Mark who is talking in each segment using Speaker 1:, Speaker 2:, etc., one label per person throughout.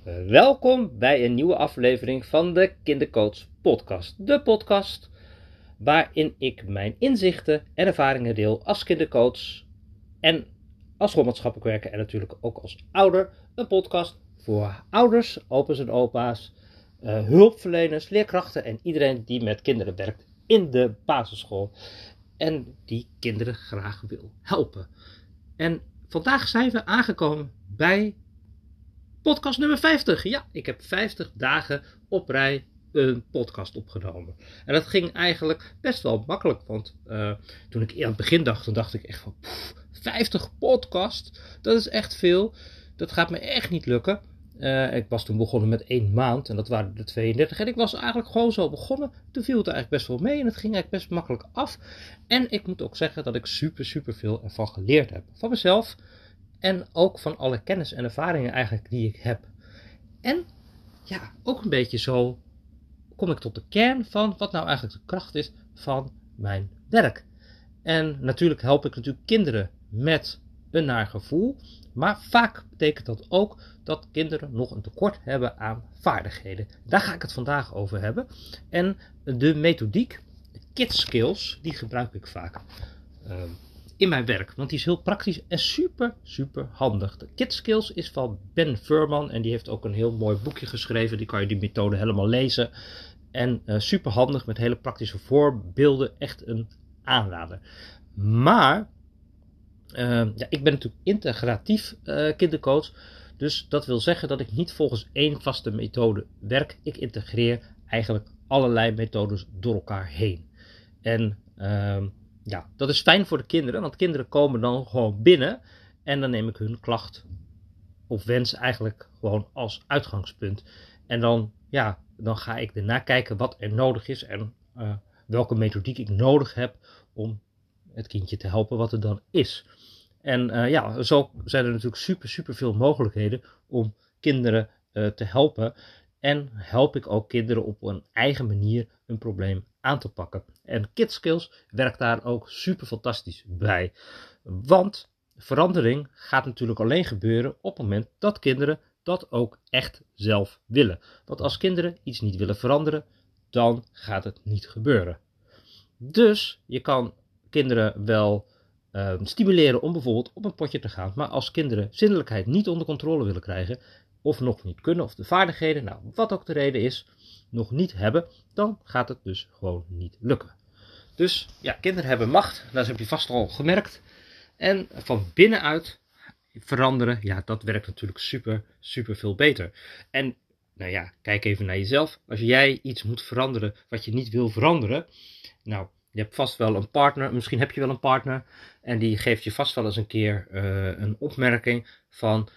Speaker 1: Welkom bij een nieuwe aflevering van de Kindercoach podcast. De podcast waarin ik mijn inzichten en ervaringen deel als kindercoach en als schoolmaatschappelijk werker en natuurlijk ook als ouder. Een podcast voor ouders, opa's en opa's, hulpverleners, leerkrachten en iedereen die met kinderen werkt in de basisschool en die kinderen graag wil helpen. En vandaag zijn we aangekomen bij podcast nummer 50. Ja, ik heb 50 dagen op rij een podcast opgenomen. En dat ging eigenlijk best wel makkelijk. Want toen ik aan het begin dacht, dan dacht ik echt van 50 podcast, dat is echt veel. Dat gaat me echt niet lukken. Ik was toen begonnen met 1 maand en dat waren er 32. En ik was eigenlijk gewoon zo begonnen. Toen viel het eigenlijk best wel mee en het ging eigenlijk best makkelijk af. En ik moet ook zeggen dat ik super veel ervan geleerd heb. Van mezelf. En ook van alle kennis en ervaringen eigenlijk die ik heb. En ja, ook een beetje zo kom ik tot de kern van wat nou eigenlijk de kracht is van mijn werk. En natuurlijk help ik natuurlijk kinderen met een naar gevoel. Maar vaak betekent dat ook dat kinderen nog een tekort hebben aan vaardigheden. Daar ga ik het vandaag over hebben. En de methodiek, de Kids Skills, die gebruik ik vaak in mijn werk, want die is heel praktisch en super handig. De Kids Skills is van Ben Furman en die heeft ook een heel mooi boekje geschreven. Die kan je die methode helemaal lezen. En super handig met hele praktische voorbeelden. Echt een aanrader. Maar ik ben natuurlijk integratief kindercoach. Dus dat wil zeggen dat ik niet volgens één vaste methode werk. Ik integreer eigenlijk allerlei methodes door elkaar heen. En dat is fijn voor de kinderen, want kinderen komen dan gewoon binnen en dan neem ik hun klacht of wens eigenlijk gewoon als uitgangspunt. En dan ga ik ernaar kijken wat er nodig is en welke methodiek ik nodig heb om het kindje te helpen wat er dan is. En zo zijn er natuurlijk super veel mogelijkheden om kinderen te helpen. En help ik ook kinderen op een eigen manier een probleem aan te pakken. En Kids Skills werkt daar ook super fantastisch bij. Want verandering gaat natuurlijk alleen gebeuren op het moment dat kinderen dat ook echt zelf willen. Want als kinderen iets niet willen veranderen, dan gaat het niet gebeuren. Dus je kan kinderen wel stimuleren om bijvoorbeeld op een potje te gaan. Maar als kinderen zindelijkheid niet onder controle willen krijgen, of nog niet kunnen, of de vaardigheden, wat ook de reden is, nog niet hebben, dan gaat het dus gewoon niet lukken. Dus ja, kinderen hebben macht, dat heb je vast al gemerkt. En van binnenuit veranderen, dat werkt natuurlijk super veel beter. En kijk even naar jezelf. Als jij iets moet veranderen wat je niet wil veranderen, je hebt vast wel een partner, misschien heb je wel een partner, en die geeft je vast wel eens een keer een opmerking van,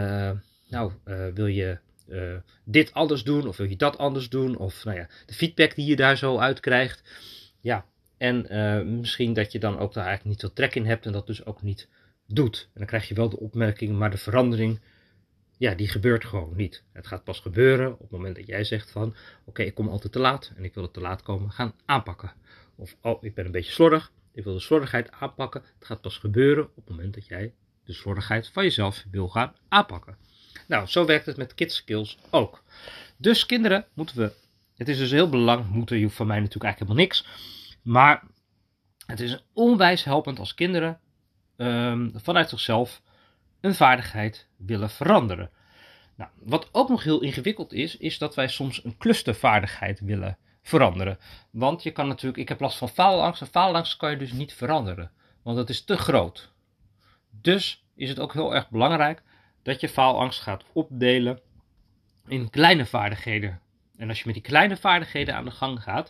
Speaker 1: wil je dit anders doen, of wil je dat anders doen, of de feedback die je daar zo uit krijgt. Ja, en misschien dat je dan ook daar eigenlijk niet veel trek in hebt en dat dus ook niet doet. En dan krijg je wel de opmerking, maar de verandering, die gebeurt gewoon niet. Het gaat pas gebeuren op het moment dat jij zegt van, oké, ik kom altijd te laat en ik wil het te laat komen gaan aanpakken. Of, ik ben een beetje slordig, ik wil de slordigheid aanpakken. Het gaat pas gebeuren op het moment dat jij de slordigheid van jezelf wil gaan aanpakken. Zo werkt het met Kids Skills ook. Dus kinderen het is dus heel belangrijk, je hoeft van mij natuurlijk eigenlijk helemaal niks. Maar het is onwijs helpend als kinderen vanuit zichzelf een vaardigheid willen veranderen. Wat ook nog heel ingewikkeld is dat wij soms een clustervaardigheid willen veranderen. Want je kan natuurlijk, ik heb last van faalangst en faalangst kan je dus niet veranderen. Want dat is te groot. Dus is het ook heel erg belangrijk dat je faalangst gaat opdelen in kleine vaardigheden. En als je met die kleine vaardigheden aan de gang gaat,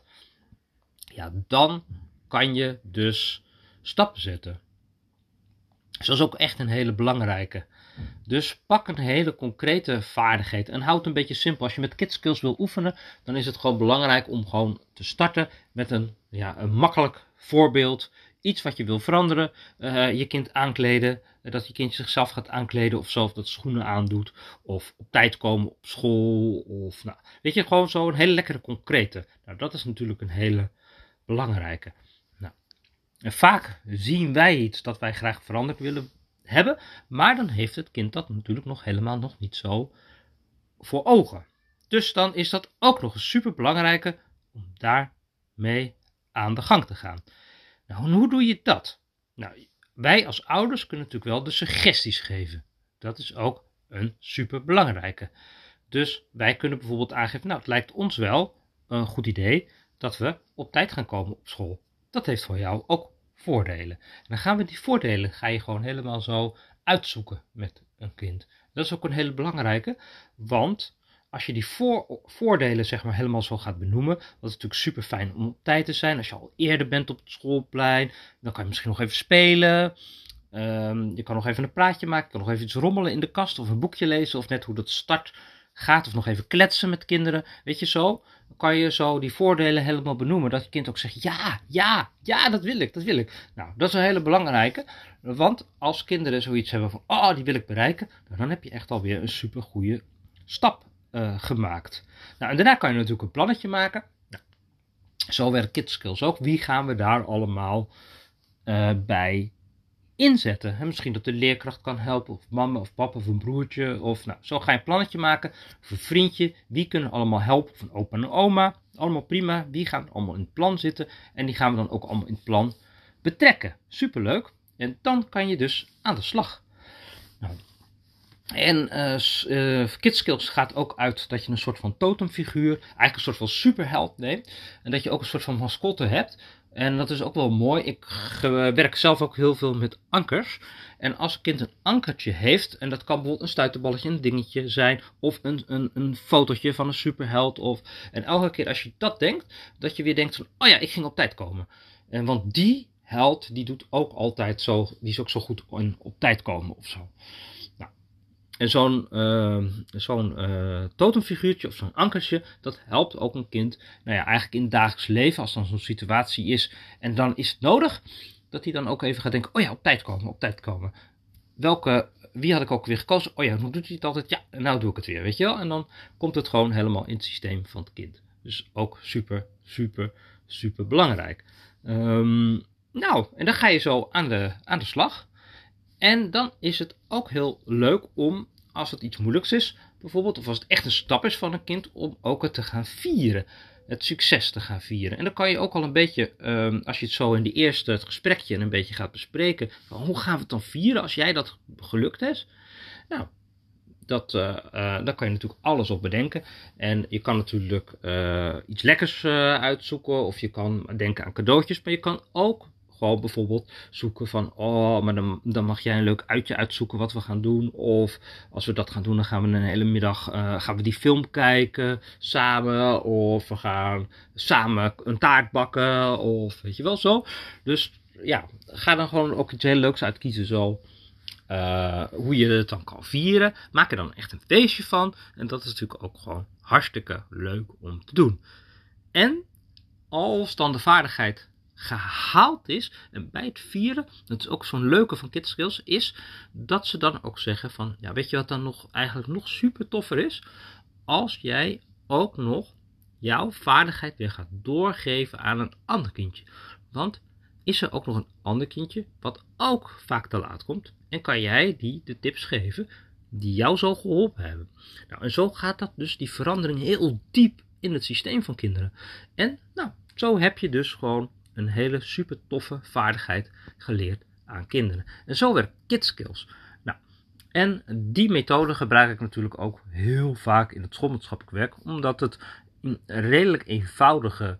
Speaker 1: dan kan je dus stappen zetten. Dus dat is ook echt een hele belangrijke. Dus pak een hele concrete vaardigheid en houd het een beetje simpel. Als je met Kids Skills wil oefenen, dan is het gewoon belangrijk om gewoon te starten met een makkelijk voorbeeld. Iets wat je wil veranderen. Je kind aankleden. Dat je kindje zichzelf gaat aankleden of zelf dat schoenen aandoet. Of op tijd komen op school. Of gewoon zo een hele lekkere concrete. Dat is natuurlijk een hele belangrijke. En vaak zien wij iets dat wij graag veranderd willen hebben. Maar dan heeft het kind dat natuurlijk nog helemaal niet zo voor ogen. Dus dan is dat ook nog een super belangrijke om daarmee aan de gang te gaan. Nou, en hoe doe je dat? Nou, wij als ouders kunnen natuurlijk wel de suggesties geven. Dat is ook een super belangrijke. Dus wij kunnen bijvoorbeeld aangeven, nou, het lijkt ons wel een goed idee dat we op tijd gaan komen op school. Dat heeft voor jou ook voordelen. En dan gaan we die voordelen, ga je gewoon helemaal zo uitzoeken met een kind. Dat is ook een hele belangrijke, want als je die voordelen zeg maar helemaal zo gaat benoemen, dat is natuurlijk super fijn om op tijd te zijn. Als je al eerder bent op het schoolplein, dan kan je misschien nog even spelen. Je kan nog even een praatje maken, je kan nog even iets rommelen in de kast of een boekje lezen of net hoe dat start gaat of nog even kletsen met kinderen. Weet je zo, dan kan je zo die voordelen helemaal benoemen, dat je kind ook zegt ja, dat wil ik. Nou, dat is een hele belangrijke, want als kinderen zoiets hebben van, oh, die wil ik bereiken, dan heb je echt alweer een super goede stap gemaakt. Nou, en daarna kan je natuurlijk een plannetje maken. Nou, zo werkt KidSkills ook. Wie gaan we daar allemaal bij inzetten? Misschien dat de leerkracht kan helpen, of mama of papa of een broertje. Of nou, zo ga je een plannetje maken. Of een vriendje. Wie kunnen allemaal helpen? Of een opa en oma. Allemaal prima. Die gaan allemaal in het plan zitten. En die gaan we dan ook allemaal in het plan betrekken. Superleuk. En dan kan je dus aan de slag. Nou, en KidSkills gaat ook uit dat je een soort van totemfiguur, eigenlijk een soort van superheld neemt. En dat je ook een soort van mascotte hebt. En dat is ook wel mooi. Ik werk zelf ook heel veel met ankers. En als een kind een ankertje heeft, en dat kan bijvoorbeeld een stuiterballetje, een dingetje zijn, of een fotootje van een superheld. En elke keer als je dat denkt, dat je weer denkt van, oh ja, ik ging op tijd komen. En want die held, die doet ook altijd zo, die is ook zo goed in op tijd komen of zo. En zo'n totemfiguurtje of zo'n ankertje, dat helpt ook een kind, nou ja, eigenlijk in het dagelijks leven, als dan zo'n situatie is. En dan is het nodig dat hij dan ook even gaat denken, oh ja, op tijd komen. Wie had ik ook weer gekozen? Oh ja, hoe doet hij het altijd? Ja, nou doe ik het weer, weet je wel. En dan komt het gewoon helemaal in het systeem van het kind. Dus ook super, super, super belangrijk. Nou, en dan ga je zo aan de slag. En dan is het ook heel leuk om, als het iets moeilijks is, bijvoorbeeld, of als het echt een stap is van een kind, om ook het te gaan vieren. Het succes te gaan vieren. En dan kan je ook al een beetje, als je het zo in het gesprekje een beetje gaat bespreken, van hoe gaan we het dan vieren als jij dat gelukt is? Nou, daar kan je natuurlijk alles op bedenken. En je kan natuurlijk iets lekkers uitzoeken, of je kan denken aan cadeautjes, maar je kan ook gewoon bijvoorbeeld zoeken van, oh, maar dan mag jij een leuk uitje uitzoeken wat we gaan doen. Of als we dat gaan doen, dan gaan we een hele middag gaan we die film kijken samen. Of we gaan samen een taart bakken. Of weet je wel zo. Dus ja, ga dan gewoon ook iets heel leuks uitkiezen zo. Hoe je het dan kan vieren. Maak er dan echt een feestje van. En dat is natuurlijk ook gewoon hartstikke leuk om te doen. En als dan de vaardigheid gehaald is, en bij het vieren, dat is ook zo'n leuke van KidSkills, is dat ze dan ook zeggen van, ja, weet je wat dan eigenlijk nog super toffer is? Als jij ook nog jouw vaardigheid weer gaat doorgeven aan een ander kindje. Want is er ook nog een ander kindje wat ook vaak te laat komt, en kan jij die de tips geven die jou zo geholpen hebben. Nou, en zo gaat dat dus, die verandering heel diep in het systeem van kinderen. En nou, zo heb je dus gewoon een hele super toffe vaardigheid geleerd aan kinderen. En zo werkt KidSkills. Nou, en die methode gebruik ik natuurlijk ook heel vaak in het schoolmaatschappelijk werk, omdat het in een redelijk eenvoudige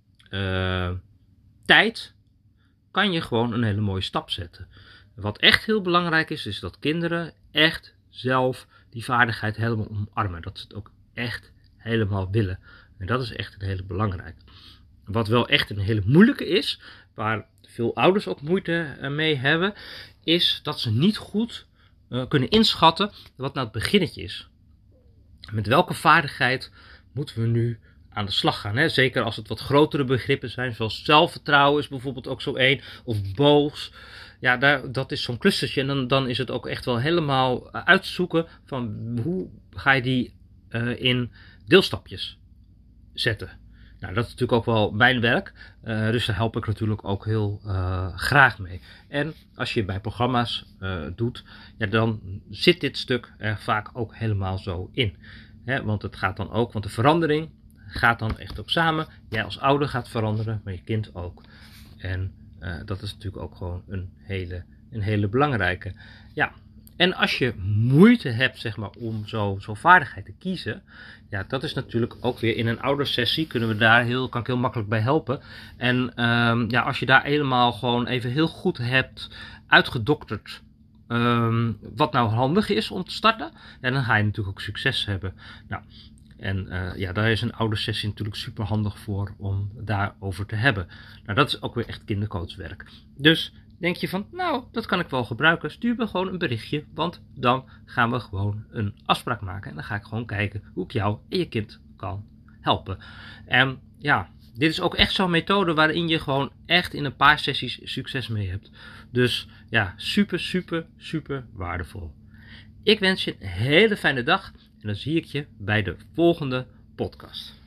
Speaker 1: tijd kan je gewoon een hele mooie stap zetten. Wat echt heel belangrijk is, is dat kinderen echt zelf die vaardigheid helemaal omarmen. Dat ze het ook echt helemaal willen. En dat is echt een hele belangrijke. Wat wel echt een hele moeilijke is, waar veel ouders ook moeite mee hebben, is dat ze niet goed kunnen inschatten wat nou het beginnetje is. Met welke vaardigheid moeten we nu aan de slag gaan? Hè? Zeker als het wat grotere begrippen zijn, zoals zelfvertrouwen is bijvoorbeeld ook zo één, of boos. Ja, dat is zo'n clustertje. En dan is het ook echt wel helemaal uitzoeken van hoe ga je die in deelstapjes zetten. Nou, dat is natuurlijk ook wel mijn werk, dus daar help ik natuurlijk ook heel graag mee. En als je bij programma's doet, ja, dan zit dit stuk er vaak ook helemaal zo in. Want het gaat dan ook, want de verandering gaat dan echt ook samen. Jij als ouder gaat veranderen, maar je kind ook. En dat is natuurlijk ook gewoon een hele belangrijke. Ja. En als je moeite hebt, zeg maar, om zo'n vaardigheid te kiezen, ja, dat is natuurlijk ook weer in een oudersessie kan ik heel makkelijk bij helpen. En als je daar helemaal gewoon even heel goed hebt uitgedokterd wat nou handig is om te starten, ja, dan ga je natuurlijk ook succes hebben. Nou, en daar is een oudersessie natuurlijk super handig voor om daarover te hebben. Nou, dat is ook weer echt kindercoachwerk. Dus denk je van, nou, dat kan ik wel gebruiken. Stuur me gewoon een berichtje, want dan gaan we gewoon een afspraak maken. En dan ga ik gewoon kijken hoe ik jou en je kind kan helpen. En ja, dit is ook echt zo'n methode waarin je gewoon echt in een paar sessies succes mee hebt. Dus ja, super waardevol. Ik wens je een hele fijne dag en dan zie ik je bij de volgende podcast.